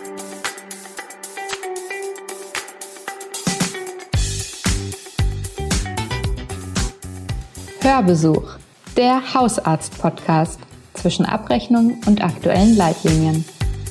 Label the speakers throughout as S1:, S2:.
S1: Hörbesuch, der Hausarzt-Podcast zwischen Abrechnung und aktuellen Leitlinien.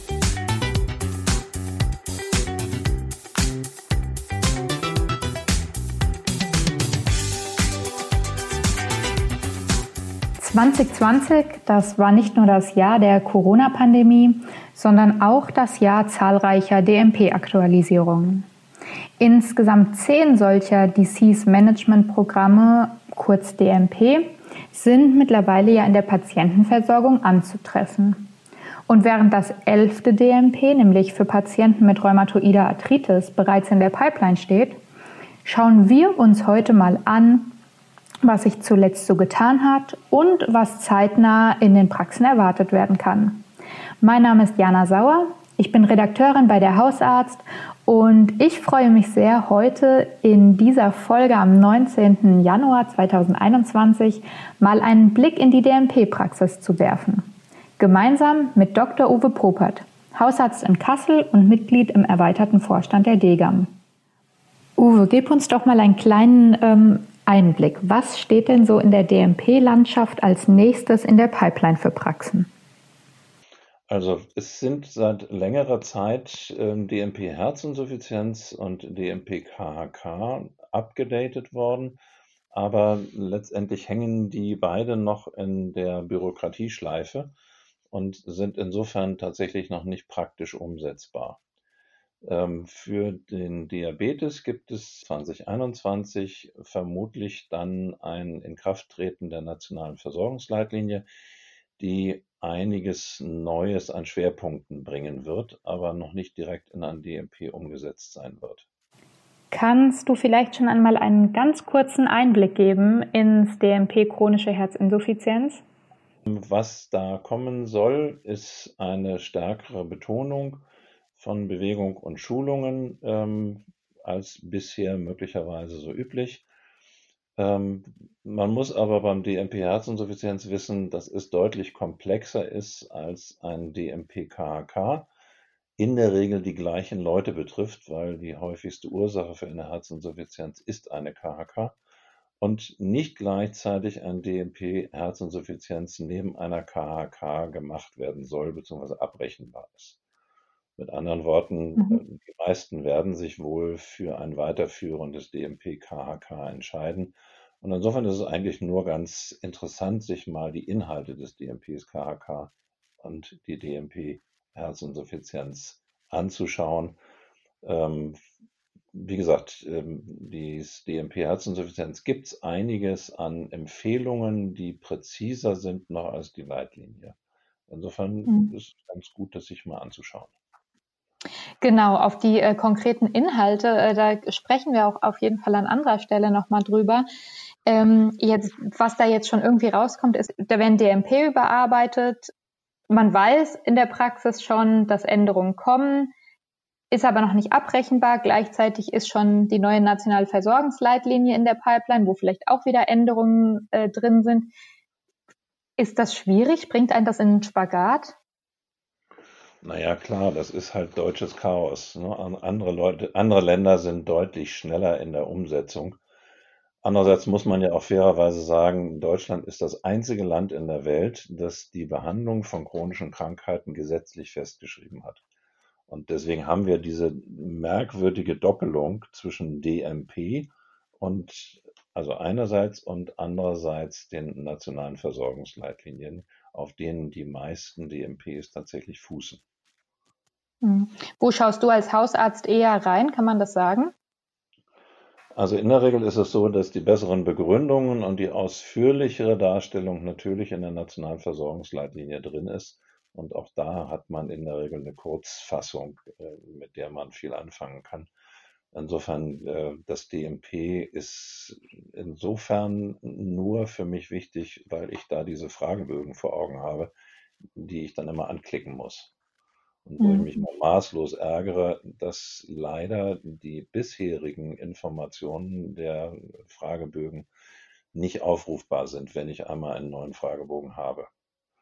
S1: (2020), das war nicht nur das Jahr der Corona-Pandemie, sondern auch das Jahr zahlreicher DMP-Aktualisierungen. Insgesamt 10 solcher Disease-Management-Programme, kurz DMP, sind mittlerweile ja in der Patientenversorgung anzutreffen. Und während das 11. DMP, nämlich für Patienten mit rheumatoider Arthritis, bereits in der Pipeline steht, schauen wir uns heute mal an, was sich zuletzt so getan hat und was zeitnah in den Praxen erwartet werden kann. Mein Name ist Jana Sauer, ich bin Redakteurin bei der Hausarzt und ich freue mich sehr, heute in dieser Folge am 19. Januar 2021 mal einen Blick in die DMP-Praxis zu werfen. Gemeinsam mit Dr. Uwe Popert, Hausarzt in Kassel und Mitglied im erweiterten Vorstand der DGAM. Uwe, gib uns doch mal einen kleinen Einblick. Was steht denn so in der DMP-Landschaft als nächstes in der Pipeline für Praxen?
S2: Also es sind seit längerer Zeit DMP-Herzinsuffizienz und DMP-KHK abgedatet worden, aber letztendlich hängen die beide noch in der Bürokratieschleife und sind insofern tatsächlich noch nicht praktisch umsetzbar. Für den Diabetes gibt es 2021 vermutlich dann ein Inkrafttreten der nationalen Versorgungsleitlinie, die einiges Neues an Schwerpunkten bringen wird, aber noch nicht direkt in ein DMP umgesetzt sein wird.
S1: Kannst du vielleicht schon einmal einen ganz kurzen Einblick geben ins DMP chronische Herzinsuffizienz?
S2: Was da kommen soll, ist eine stärkere Betonung von Bewegung und Schulungen als bisher möglicherweise so üblich. Man muss aber beim DMP-Herzinsuffizienz wissen, dass es deutlich komplexer ist als ein DMP-KHK, in der Regel die gleichen Leute betrifft, weil die häufigste Ursache für eine Herzinsuffizienz ist eine KHK und nicht gleichzeitig ein DMP-Herzinsuffizienz neben einer KHK gemacht werden soll bzw. abrechenbar ist. Mit anderen Worten, die meisten werden sich wohl für ein Weiterführen des DMP-KHK entscheiden. Und insofern ist es eigentlich nur ganz interessant, sich mal die Inhalte des DMPs-KHK und die DMP-Herzinsuffizienz anzuschauen. Wie gesagt, die DMP-Herzinsuffizienz gibt es einiges an Empfehlungen, die präziser sind noch als die Leitlinie. Insofern ist es ganz gut, das sich mal anzuschauen.
S1: Genau, auf die konkreten Inhalte, da sprechen wir auch auf jeden Fall an anderer Stelle nochmal drüber. Was da jetzt schon irgendwie rauskommt, ist, da werden DMP überarbeitet. Man weiß in der Praxis schon, dass Änderungen kommen, ist aber noch nicht abrechenbar. Gleichzeitig ist schon die neue nationale Versorgungsleitlinie in der Pipeline, wo vielleicht auch wieder Änderungen drin sind. Ist das schwierig? Bringt einen das in den Spagat?
S2: Naja, klar, das ist halt deutsches Chaos, ne? Andere Länder sind deutlich schneller in der Umsetzung. Andererseits muss man ja auch fairerweise sagen, Deutschland ist das einzige Land in der Welt, das die Behandlung von chronischen Krankheiten gesetzlich festgeschrieben hat. Und deswegen haben wir diese merkwürdige Doppelung zwischen DMP und also einerseits und andererseits den nationalen Versorgungsleitlinien, auf denen die meisten DMPs tatsächlich fußen.
S1: Wo schaust du als Hausarzt eher rein? Kann man das sagen?
S2: Also in der Regel ist es so, dass die besseren Begründungen und die ausführlichere Darstellung natürlich in der nationalen Versorgungsleitlinie drin ist. Und auch da hat man in der Regel eine Kurzfassung, mit der man viel anfangen kann. Insofern, das DMP ist insofern nur für mich wichtig, weil ich da diese Fragebögen vor Augen habe, die ich dann immer anklicken muss. Und wo ich mich maßlos ärgere, dass leider die bisherigen Informationen der Fragebögen nicht aufrufbar sind, wenn ich einmal einen neuen Fragebogen habe.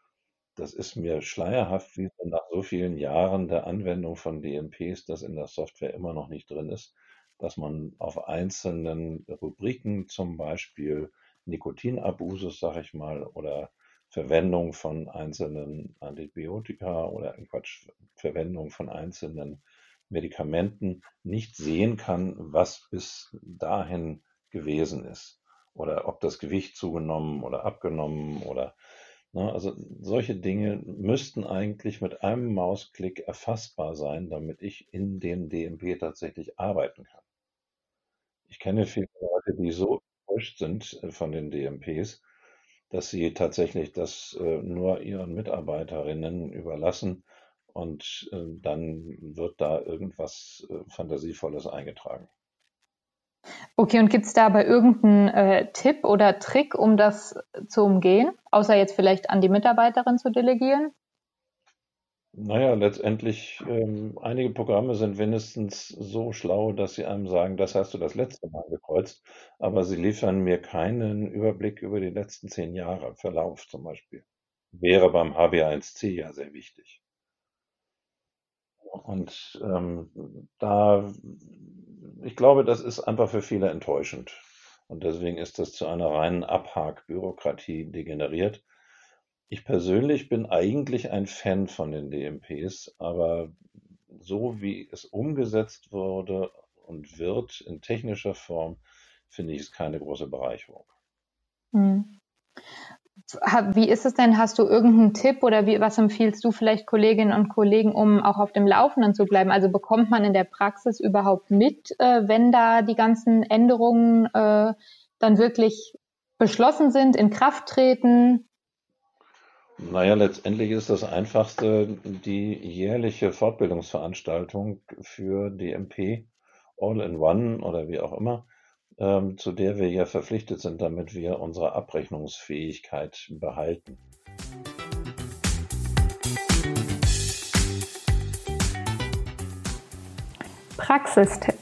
S2: Das ist mir schleierhaft, wie so nach so vielen Jahren der Anwendung von DMPs das in der Software immer noch nicht drin ist, dass man auf einzelnen Rubriken, zum Beispiel Nikotinabusus, sage ich mal, oder Verwendung von einzelnen Antibiotika oder Quatsch, Verwendung von einzelnen Medikamenten nicht sehen kann, was bis dahin gewesen ist oder ob das Gewicht zugenommen oder abgenommen oder also solche Dinge müssten eigentlich mit einem Mausklick erfassbar sein, damit ich in dem DMP tatsächlich arbeiten kann. Ich kenne viele Leute, die so enttäuscht sind von den DMPs, dass sie tatsächlich das nur ihren Mitarbeiterinnen überlassen und dann wird da irgendwas Fantasievolles eingetragen.
S1: Okay, und gibt es da aber irgendeinen Tipp oder Trick, um das zu umgehen, außer jetzt vielleicht an die Mitarbeiterin zu delegieren?
S2: Naja, letztendlich, einige Programme sind wenigstens so schlau, dass sie einem sagen: „Das hast du das letzte Mal gekreuzt“, aber sie liefern mir keinen Überblick über die letzten 10 Jahre Verlauf zum Beispiel. Wäre beim HbA1c ja sehr wichtig. Und, da ich glaube, das ist einfach für viele enttäuschend. Und deswegen ist das zu einer reinen Abhakbürokratie degeneriert. Ich persönlich bin eigentlich ein Fan von den DMPs, aber so wie es umgesetzt wurde und wird in technischer Form, finde ich es keine große Bereicherung.
S1: Hm. Wie ist es denn? Hast du irgendeinen Tipp oder was empfiehlst du vielleicht Kolleginnen und Kollegen, um auch auf dem Laufenden zu bleiben? Also bekommt man in der Praxis überhaupt mit, wenn da die ganzen Änderungen dann wirklich beschlossen sind, in Kraft treten?
S2: Naja, letztendlich ist das Einfachste die jährliche Fortbildungsveranstaltung für DMP, All in One oder wie auch immer, zu der wir ja verpflichtet sind, damit wir unsere Abrechnungsfähigkeit behalten.
S1: Praxistipp.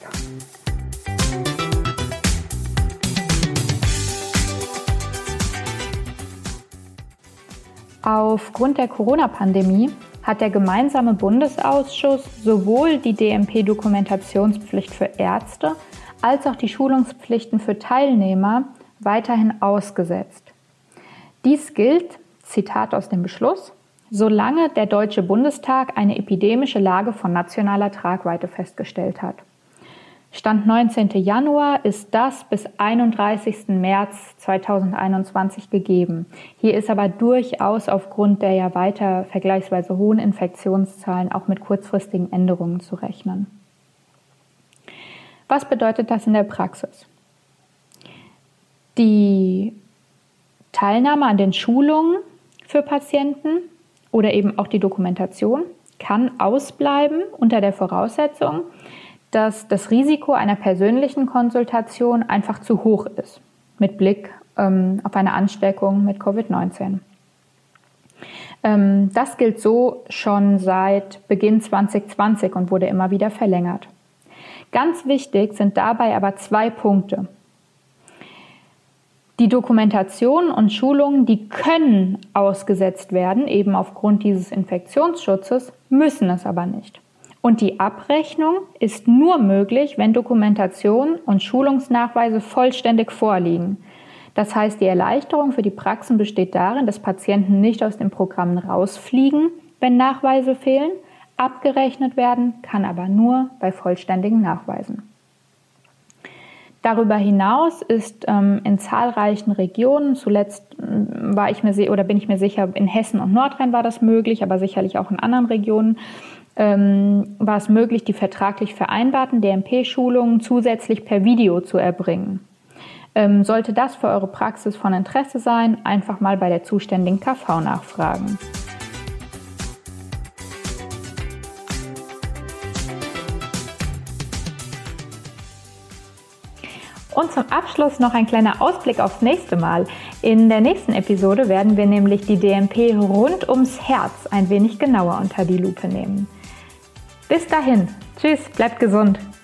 S1: Aufgrund der Corona-Pandemie hat der gemeinsame Bundesausschuss sowohl die DMP-Dokumentationspflicht für Ärzte als auch die Schulungspflichten für Teilnehmer weiterhin ausgesetzt. Dies gilt, Zitat aus dem Beschluss, solange der Deutsche Bundestag eine epidemische Lage von nationaler Tragweite festgestellt hat. Stand 19. Januar ist das bis 31. März 2021 gegeben. Hier ist aber durchaus aufgrund der ja weiter vergleichsweise hohen Infektionszahlen auch mit kurzfristigen Änderungen zu rechnen. Was bedeutet das in der Praxis? Die Teilnahme an den Schulungen für Patienten oder eben auch die Dokumentation kann ausbleiben unter der Voraussetzung, dass das Risiko einer persönlichen Konsultation einfach zu hoch ist, mit Blick auf eine Ansteckung mit Covid-19. Das gilt so schon seit Beginn 2020 und wurde immer wieder verlängert. Ganz wichtig sind dabei aber 2 Punkte. Die Dokumentation und Schulungen, die können ausgesetzt werden, eben aufgrund dieses Infektionsschutzes, müssen es aber nicht. Und die Abrechnung ist nur möglich, wenn Dokumentation und Schulungsnachweise vollständig vorliegen. Das heißt, die Erleichterung für die Praxen besteht darin, dass Patienten nicht aus den Programmen rausfliegen, wenn Nachweise fehlen. Abgerechnet werden kann aber nur bei vollständigen Nachweisen. Darüber hinaus ist in zahlreichen Regionen, zuletzt bin ich mir sicher, in Hessen und Nordrhein war das möglich, aber sicherlich auch in anderen Regionen, war es möglich, die vertraglich vereinbarten DMP-Schulungen zusätzlich per Video zu erbringen. Sollte das für eure Praxis von Interesse sein, einfach mal bei der zuständigen KV nachfragen. Und zum Abschluss noch ein kleiner Ausblick aufs nächste Mal. In der nächsten Episode werden wir nämlich die DMP rund ums Herz ein wenig genauer unter die Lupe nehmen. Bis dahin, tschüss, bleibt gesund.